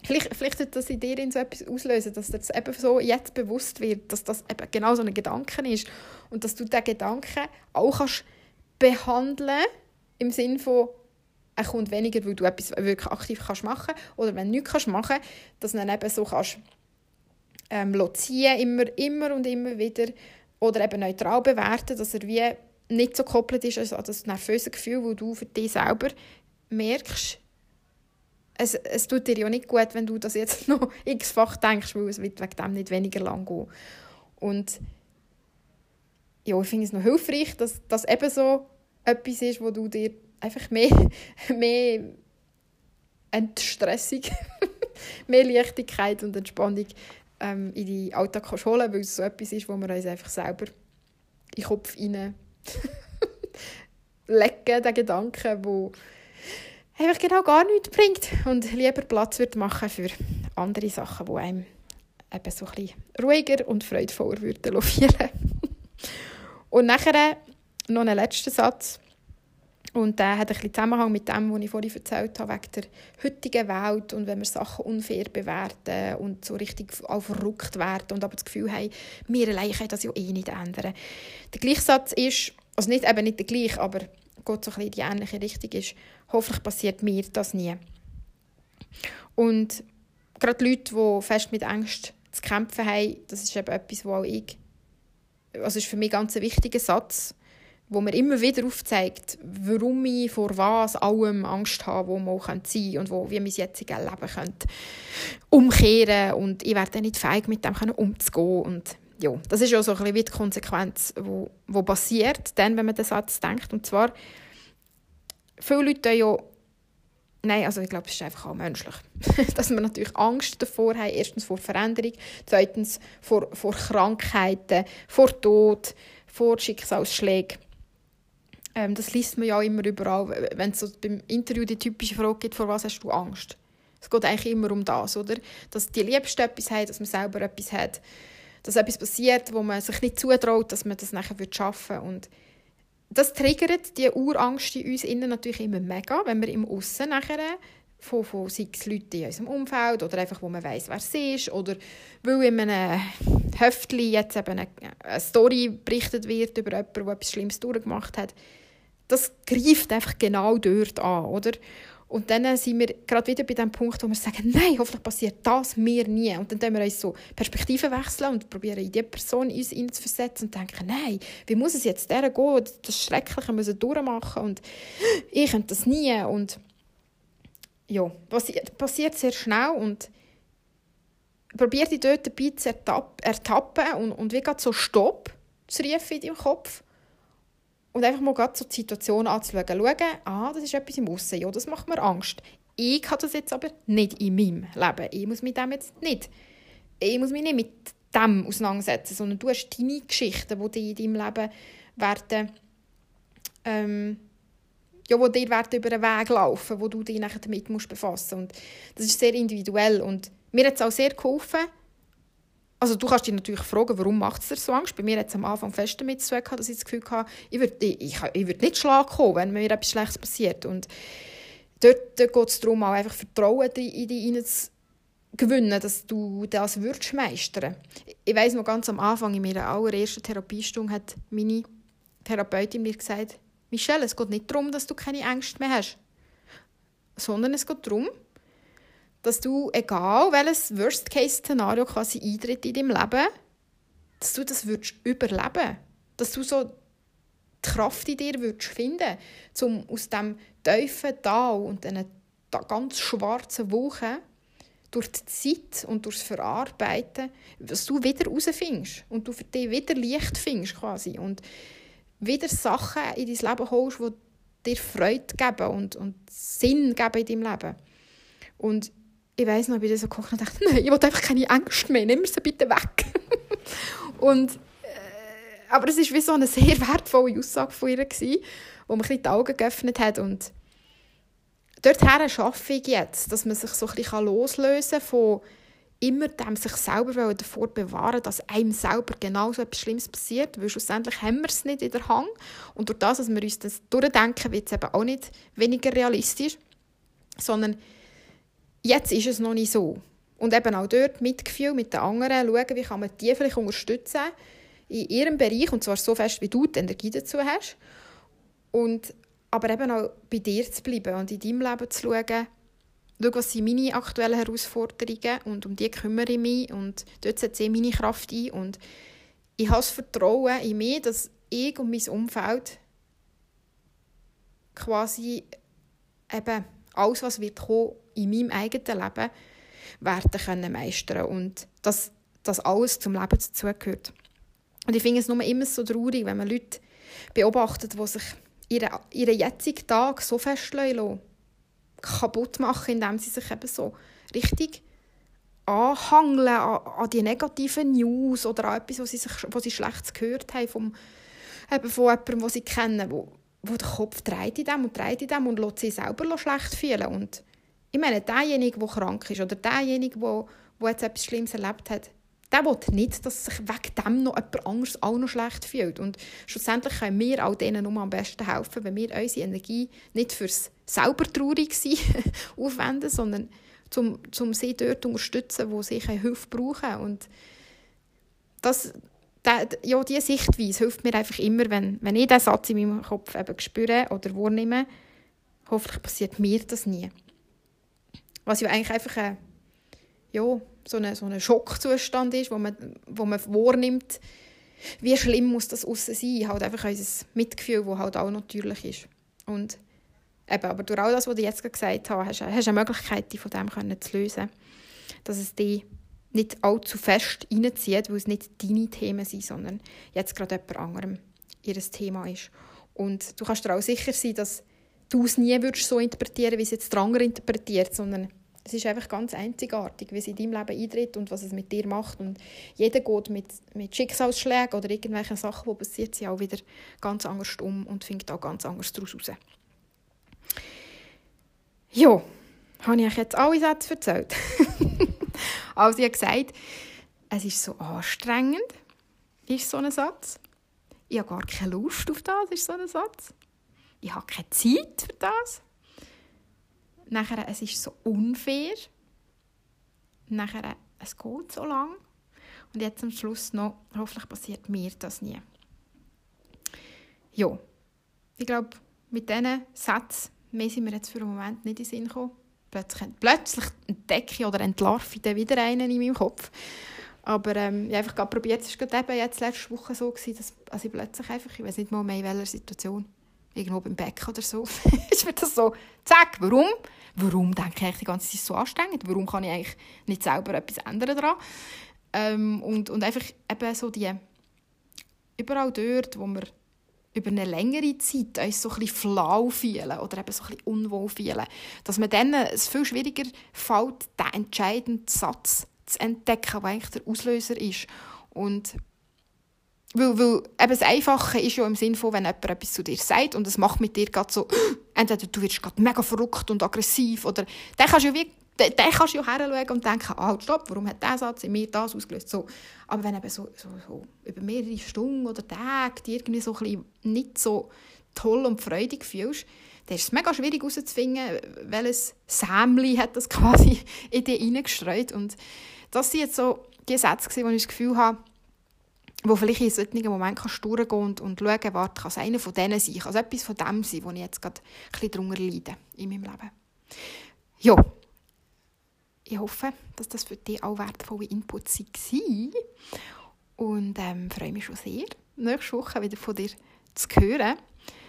Vielleicht, vielleicht wird das in dir in so etwas auslösen, dass dir das eben so jetzt bewusst wird, dass das eben genau so ein Gedanke ist und dass du diesen Gedanken auch kannst behandeln im Sinne von, er kommt weniger, weil du etwas wirklich aktiv kannst machen kannst oder wenn du nichts kannst machen, dass du dann eben so kannst ähm, ziehen, immer, immer und immer wieder oder eben neutral bewerten, dass er wie nicht so gekoppelt ist also an das nervöse Gefühl, wo du für dich selber merkst, Es, es tut dir ja nicht gut, wenn du das jetzt noch x-fach denkst, weil es wird wegen dem nicht weniger lang gehen. Und ja, ich finde es noch hilfreich, dass das eben so etwas ist, wo du dir einfach mehr, mehr Entstressung, mehr Leichtigkeit und Entspannung ähm, in den Alltag kannst holen, weil es so etwas ist, wo wir uns einfach selber in den Kopf hinein legen, den Gedanken, wo einfach genau gar nichts bringt und lieber Platz wird machen für andere Sachen, die einem eben so ein bisschen ruhiger und freudvoller würden fühlen. Und nachher noch einen letzten Satz. Und der hat ein bisschen Zusammenhang mit dem, was ich vorhin erzählt habe, wegen der heutigen Welt und wenn wir Sachen unfair bewerten und so richtig auch verrückt werden und aber das Gefühl haben, wir allein können das ja eh nicht ändern. Der gleiche Satz ist, also nicht, eben nicht der gleiche, aber geht so ein bisschen in die ähnliche Richtung ist, hoffentlich passiert mir das nie. Und gerade Leute, die fest mit Ängsten zu kämpfen haben, das ist eben etwas, wo auch ich, also ist für mich ganz ein wichtiger Satz, wo mir immer wieder aufzeigt, warum ich vor was allem Angst habe, wo man sein kann und wo, wie mein jetziges Leben könnte umkehren und ich werde nicht fähig, mit dem umzugehen. Und ja, das ist ja so ein bisschen wie die Konsequenz, wo, wo passiert, dann, wenn man den Satz denkt. Und zwar, viele Leute ja, nein, also ich glaube, es ist einfach auch menschlich, dass wir natürlich Angst davor haben, erstens vor Veränderung, zweitens vor, vor Krankheiten, vor Tod, vor Schicksalsschlägen. Ähm, das liest man ja immer überall, wenn es so beim Interview die typische Frage gibt, vor was hast du Angst? Es geht eigentlich immer um das, oder? Dass die Liebsten etwas haben, dass man selber etwas hat, dass etwas passiert, wo man sich nicht zutraut, dass man das nachher schaffen würde. Und das triggert die Urangst in uns innen natürlich immer mega, wenn wir im Aussen nachher von, von sei es Leute in unserem Umfeld oder einfach, wo man weiss, wer es ist oder weil in einem Heftchen jetzt eben eine, eine Story berichtet wird über jemanden, der etwas Schlimmes durchgemacht hat. Das greift einfach genau dort an, oder? Und dann sind wir gerade wieder bei dem Punkt, wo wir sagen, nein, hoffentlich passiert das mir nie. Und dann tun wir uns so Perspektiven wechseln und probieren in die Person uns hineinzuversetzen und denken, nein, wie muss es jetzt der gehen? Das Schreckliche müssen durchmachen und ich könnte das nie. Und ja, passiert, passiert sehr schnell und probiert dich dort dabei zu ertappen und, und wie gerade so Stopp zu rufen in deinem Kopf. Und einfach mal gerade so die Situation anzuschauen. Schauen, ah, das ist etwas im Aussen, ja, das macht mir Angst. Ich habe das jetzt aber nicht in meinem Leben. Ich muss mit dem jetzt nicht. Ich muss mich nicht mit dem auseinandersetzen, sondern du hast deine Geschichten, die dir in deinem Leben werden, ähm, ja, wo dir werden über den Weg laufen, wo du dich nachher damit musst befassen musst. Und das ist sehr individuell. Und mir hat es auch sehr geholfen. Also du kannst dich natürlich fragen, warum macht es dir so Angst? Bei mir hat es am Anfang fest damit zu tun, dass ich das Gefühl hatte, ich würde, ich, ich, ich würde nicht Schlag kommen, wenn mir etwas Schlechtes passiert. Und dort, dort geht es darum, auch einfach Vertrauen in dich hinein zu gewinnen, dass du das würdest meistern. Ich weiss noch ganz am Anfang, in meiner allerersten Therapiestunde hat meine Therapeutin mir gesagt, Michelle, es geht nicht darum, dass du keine Ängste mehr hast, sondern es geht darum, dass du, egal welches Worst-Case-Szenario quasi eintritt in deinem Leben, dass du das würdest überleben. Dass du so die Kraft in dir würdest finden, um aus diesem tiefen Tal und diesen ganz schwarzen Wochen durch die Zeit und durch das Verarbeiten, dass du wieder rausfindest und du für dich wieder Licht findest quasi und wieder Sachen in dein Leben holst, die dir Freude geben und, und Sinn geben in deinem Leben. Und ich weiss noch, ich bin so gekocht und dachte, nein, ich will einfach keine Angst mehr, nimm sie bitte weg. und, äh, aber es war wie so eine sehr wertvolle Aussage von ihr, die mir die Augen geöffnet hat. Und dorthin schaffe ich jetzt, dass man sich so ein bisschen loslösen kann von immer dem sich selber davor bewahren, dass einem selber genau so etwas Schlimmes passiert, weil schlussendlich haben wir es nicht in der Hand. Und durch das, dass wir uns das durchdenken, wird es eben auch nicht weniger realistisch, sondern jetzt ist es noch nicht so. Und eben auch dort Mitgefühl mit den anderen, schauen, wie kann man die vielleicht unterstützen in ihrem Bereich, und zwar so fest, wie du die Energie dazu hast. Und, aber eben auch bei dir zu bleiben und in deinem Leben zu schauen, schau, was sind meine aktuellen Herausforderungen und um die kümmere ich mich und dort setze ich meine Kraft ein. Und ich habe das Vertrauen in mich, dass ich und mein Umfeld quasi eben alles, was wird kommen, in meinem eigenen Leben werden können meistern und dass das alles zum Leben dazugehört. Und ich finde es nur immer so traurig, wenn man Leute beobachtet, die sich ihren, ihren jetzigen Tag so fest lassen, kaputt machen, indem sie sich eben so richtig anhangeln an, an die negativen News oder an etwas, was sie, sich, was sie Schlechtes gehört haben vom, eben von jemandem, den sie kennen, wo, wo der Kopf dreht in dem und dreht in dem und lässt sich selber schlecht fühlen. Und ich meine, derjenige, der krank ist oder derjenige, der, der jetzt etwas Schlimmes erlebt hat, der will nicht, dass sich wegen dem noch jemand anderes auch noch schlecht fühlt. Und schlussendlich können wir all denen nur am besten helfen, wenn wir unsere Energie nicht fürs selber traurig sein aufwenden, sondern um, um sie dort zu unterstützen, wo sie Hilfe brauchen. Und das, der, ja, diese Sichtweise hilft mir einfach immer, wenn, wenn ich diesen Satz in meinem Kopf eben spüre oder wahrnehme. Hoffentlich passiert mir das nie. Was ja eigentlich einfach ein, ja, so ein so eine Schockzustand ist, wo man, wo man wahrnimmt, wie schlimm muss das aussen sein. Halt einfach unser Mitgefühl, das halt auch natürlich ist. Und eben, aber durch all das, was ich jetzt gesagt habe, hast du eine Möglichkeit, dich von dem zu lösen. Dass es dich nicht allzu fest reinzieht, weil es nicht deine Themen sind, sondern jetzt gerade jemand anderem ihr Thema ist. Und du kannst dir auch sicher sein, dass du es nie würdest so interpretieren, wie es jetzt der andere interpretiert, sondern es ist einfach ganz einzigartig, wie es in deinem Leben eintritt und was es mit dir macht. Und jeder geht mit, mit Schicksalsschlägen oder irgendwelchen Sachen, die passiert sind, auch wieder ganz anders um und findet auch ganz anders daraus raus. Ja, habe ich euch jetzt alle Sätze erzählt? Also ich habe gesagt, es ist so anstrengend, ist so ein Satz. Ich habe gar keine Lust auf das, ist so ein Satz. Ich habe keine Zeit für das. Nachher, es ist so unfair. Nachher, es geht so lang. Und jetzt am Schluss noch, hoffentlich passiert mir das nie. Ja, ich glaube, mit diesen Sätzen, mehr sind wir jetzt für den Moment nicht in den Sinn gekommen. Plötzlich, plötzlich entdecke ich oder entlarve ich dann wieder einen in meinem Kopf. Aber ähm, ich habe einfach probiert, es war gerade eben jetzt letzte Woche so, dass also ich plötzlich einfach, ich weiß nicht mal mehr in welcher Situation, irgendwo beim Becken oder so, ist mir das so, zack, warum? Warum denke ich die ganze Zeit so anstrengend? Warum kann ich eigentlich nicht selber etwas ändern daran? Ähm, und, und einfach eben so die, überall dort, wo wir über eine längere Zeit uns so ein bisschen flau fühlen oder eben so ein bisschen unwohl fühlen, dass man dann es viel schwieriger fällt, den entscheidenden Satz zu entdecken, der eigentlich der Auslöser ist. Und weil, weil eben das Einfache ist ja im Sinne von, wenn jemand etwas zu dir sagt und es macht mit dir gerade so, entweder du wirst gerade mega verrückt und aggressiv oder dann kannst du ja wie dann kannst du ja heranschauen und denken, ah, stopp, warum hat dieser Satz in mir das ausgelöst? So. Aber wenn du so, so, so über mehrere Stunden oder Tage die irgendwie so ein bisschen nicht so toll und freudig fühlst, dann ist es mega schwierig herauszufinden, welches Sämli hat das quasi in dich hineingestreut. Und das sind jetzt so die Sätze, wo ich das Gefühl habe, wo vielleicht in solchen Momenten kannst du durchgehen und, und schauen, warte, kann es einer von denen sein, kann es etwas von dem sein, wo ich jetzt gerade ein bisschen darunter leide in meinem Leben. Ja. Ich hoffe, dass das für dich auch wertvolle Inputs waren. Und ähm, freue mich schon sehr, nächste Woche wieder von dir zu hören.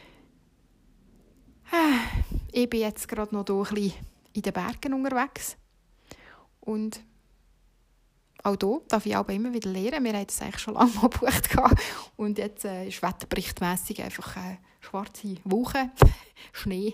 Ich bin jetzt gerade noch hier ein bisschen in den Bergen unterwegs. Und auch hier darf ich auch immer wieder lernen. Wir hatten es eigentlich schon lange mal gebucht. Und jetzt äh, ist wetterberichtmässig einfach äh, schwarze Woche, Schnee.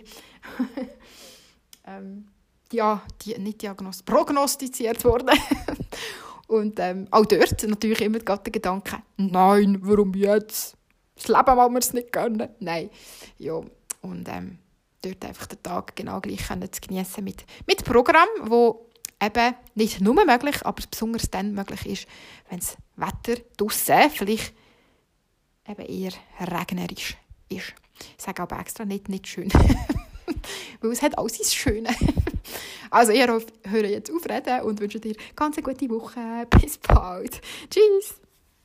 ähm, ja, die, nicht diagnost- prognostiziert worden. Und ähm, auch dort natürlich immer der Gedanke, nein, warum jetzt? Das Leben wollen wir es nicht gönnen. Nein. Ja, und ähm, dort einfach den Tag genau gleich zu genießen mit, mit Programm, wo eben nicht nur möglich, aber besonders dann möglich ist, wenn das Wetter draussen vielleicht eben eher regnerisch ist. Ich sage aber extra nicht, nicht schön. Weil es hat auch sein Schönes. Also ich höre jetzt auf reden und wünsche dir ganz eine gute Woche. Bis bald. Tschüss.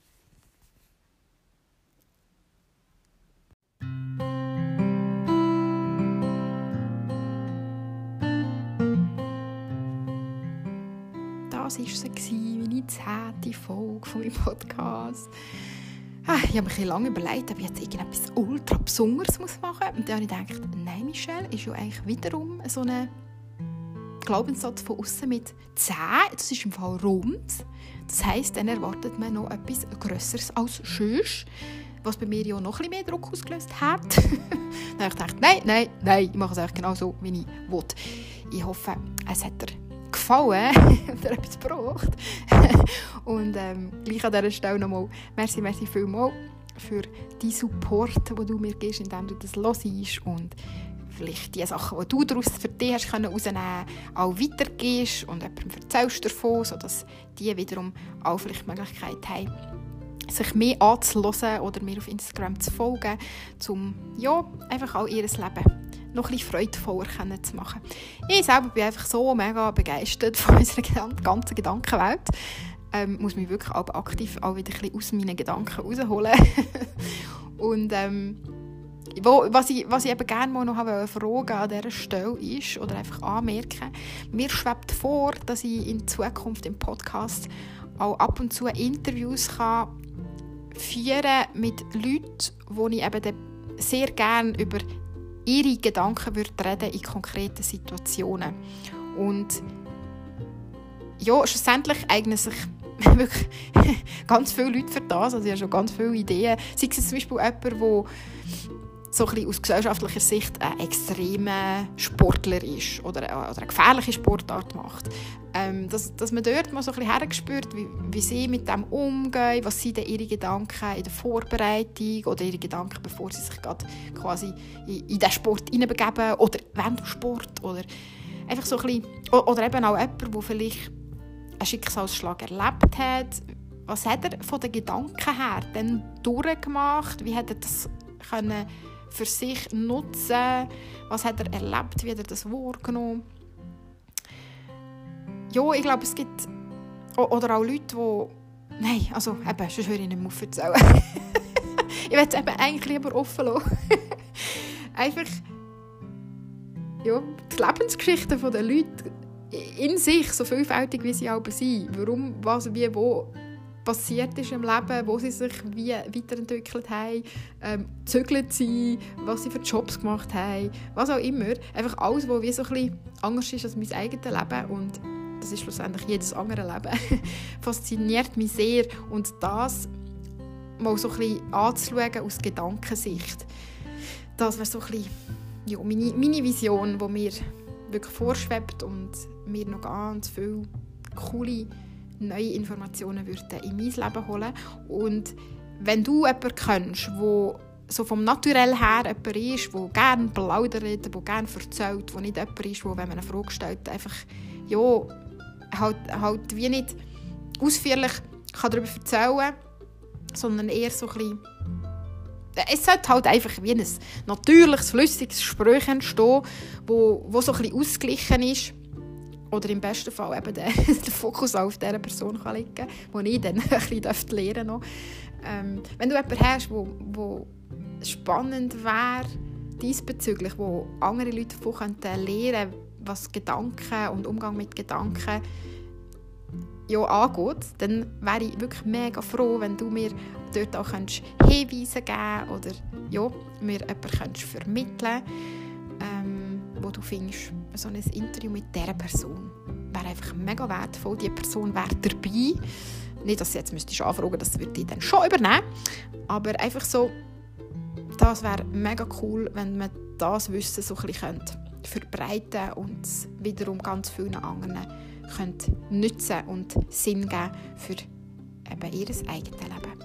Das war sie, meine zehnte Folge von meinem Podcast. Ich habe mich lange überlegt, ob ich jetzt irgendetwas ultra Besonderes machen muss. Und dann habe ich gedacht, nein, Michelle, ist ja eigentlich wiederum so ein Glaubenssatz von außen mit zehn. Das ist im Fall rund. Das heisst, dann erwartet man noch etwas Grösseres als sonst, was bei mir ja noch ein bisschen mehr Druck ausgelöst hat. Dann habe ich gedacht, nein, nein, nein, ich mache es eigentlich genau so, wie ich will. Ich hoffe, es hat dir gefallen und er etwas gebraucht. Und ähm, gleich an dieser Stelle nochmal merci, merci vielmals für deinen Support, den du mir gibst, indem du das hörst und vielleicht die Sachen, die du daraus für dich hast herausnehmen können, auch weitergibst und jemandem erzählst davon, sodass die wiederum auch vielleicht die Möglichkeit haben, sich mehr anzuhören oder mir auf Instagram zu folgen, um ja, einfach auch ihr Leben noch ein bisschen freudvoller zu machen. Ich selber bin einfach so mega begeistert von unserer ganzen Gedankenwelt. Ähm, muss mich wirklich auch aktiv auch wieder ein bisschen aus meinen Gedanken rausholen. Und ähm, wo, was, ich, was ich eben gerne mal noch fragen an dieser Stelle ist, oder einfach anmerken, mir schwebt vor, dass ich in Zukunft im Podcast auch ab und zu Interviews kann führen mit Leuten, wo ich eben sehr gerne über ihre Gedanken würde reden in konkreten Situationen. Und ja, schlussendlich eignen sich wirklich ganz viele Leute für das. Also ich habe schon ganz viele Ideen. Sei es zum Beispiel jemand, der so ein bisschen aus gesellschaftlicher Sicht ein extremer Sportler ist oder, oder eine gefährliche Sportart macht. Ähm, dass, dass man dort mal so ein bisschen hergespürt, wie, wie sie mit dem umgehen, was sind denn ihre Gedanken in der Vorbereitung oder ihre Gedanken, bevor sie sich gerade quasi in, in diesen Sport hineinbegeben oder während dem Sport oder einfach so ein bisschen, oder eben auch jemand, der vielleicht einen Schicksalsschlag erlebt hat. Was hat er von den Gedanken her dann durchgemacht? Wie hat er das können für sich nutzen? Was hat er erlebt? Wie hat er das wahrgenommen? Ja, ich glaube, es gibt oder auch Leute, die nein, also eben, sonst höre ich nicht mehr auf erzählen. Ich will es eben eigentlich lieber offen lassen. Einfach ja, die Lebensgeschichten der Leute in sich, so vielfältig wie sie auch sind. Warum, was, wie, wo passiert ist im Leben, wo sie sich wie weiterentwickelt haben, ähm, gezögert sind, was sie für Jobs gemacht haben, was auch immer. Einfach alles, was wie so ein bisschen anders ist als mein eigenes Leben und das ist schlussendlich jedes andere Leben. Fasziniert mich sehr und das mal so ein bisschen anzuschauen aus Gedankensicht. Das wäre so ein bisschen ja, meine, meine Vision, die mir wirklich vorschwebt und mir noch ganz viele coole neue Informationen würden in mein Leben holen. Und wenn du jemanden kennst, der so vom Naturell her jemand ist, der gerne plaudert, der gerne erzählt, der nicht jemand ist, der, wenn man eine Frage stellt, einfach ja, halt, halt wie nicht ausführlich kann darüber erzählen kann, sondern eher so ein bisschen es sollte halt einfach wie ein natürliches, flüssiges Gespräch entstehen, wo, wo so ein bisschen ausgeglichen ist. Oder im besten Fall eben der, der Fokus auf dieser Person kann liegen kann, wo ich dann ein bisschen lernen darf. Ähm, wenn du jemanden hast, wo, wo spannend wäre, diesbezüglich, wo andere Leute davon lernen können, was Gedanken und Umgang mit Gedanken ja, angeht, dann wäre ich wirklich mega froh, wenn du mir dort auch Hinweise geben oder ja, mir jemanden vermitteln könntest, ähm, wo du findest, so ein Interview mit dieser Person wäre einfach mega wertvoll. Die Person wäre dabei. Nicht, dass du jetzt müsstest anfragen, das würde ich dann schon übernehmen. Aber einfach so, das wäre mega cool, wenn man das Wissen so ein bisschen verbreiten und wiederum ganz vielen anderen könnt nutzen und Sinn geben für eben ihr eigenes Leben.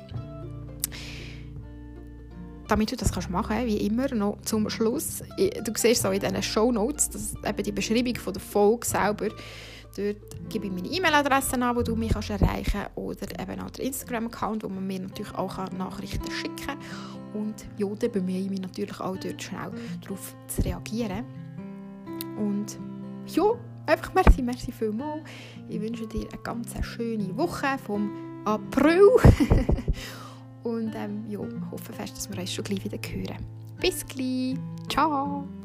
Damit du das machen kannst, wie immer, noch zum Schluss. Du siehst es auch in diesen Shownotes, das eben die Beschreibung von der Folge selber. Dort gebe ich meine E-Mail-Adresse an, wo du mich erreichen kannst, oder eben auch den Instagram-Account, wo man mir natürlich auch Nachrichten schicken kann. Und ja, dann bemühe ich mich natürlich auch dort schnell darauf zu reagieren. Und ja, einfach merci, merci vielmals. Ich wünsche dir eine ganz schöne Woche vom April. Und ähm, ja, hoffe fest, dass wir uns schon gleich wieder hören. Bis gleich. Ciao.